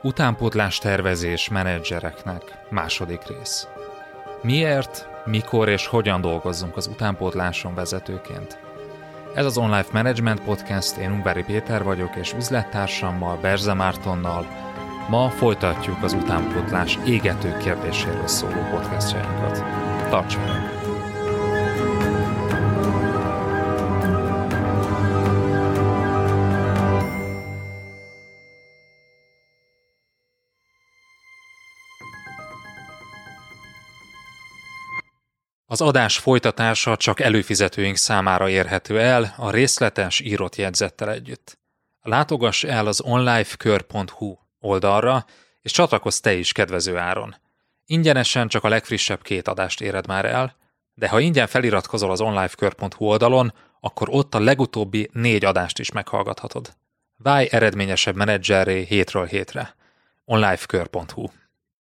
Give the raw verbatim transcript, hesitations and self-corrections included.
Utánpótlás tervezés menedzsereknek második rész. Miért, mikor és hogyan dolgozzunk az utánpótláson vezetőként? Ez az Online Management Podcast, én Ungvári Péter vagyok, és üzlettársammal, Berze Mártonnal ma folytatjuk az utánpótlás égető kérdéséről szóló podcastjainkat. Tarts velünk! Az adás folytatása csak előfizetőink számára érhető el a részletes írott jegyzettel együtt. Látogass el az onlifekör pont hu oldalra, és csatlakozz te is kedvező áron. Ingyenesen csak a legfrissebb két adást éred már el, de ha ingyen feliratkozol az onlifekör pont hu oldalon, akkor ott a legutóbbi négy adást is meghallgathatod. Válj eredményesebb menedzserré hétről hétre. onlifekör pont hu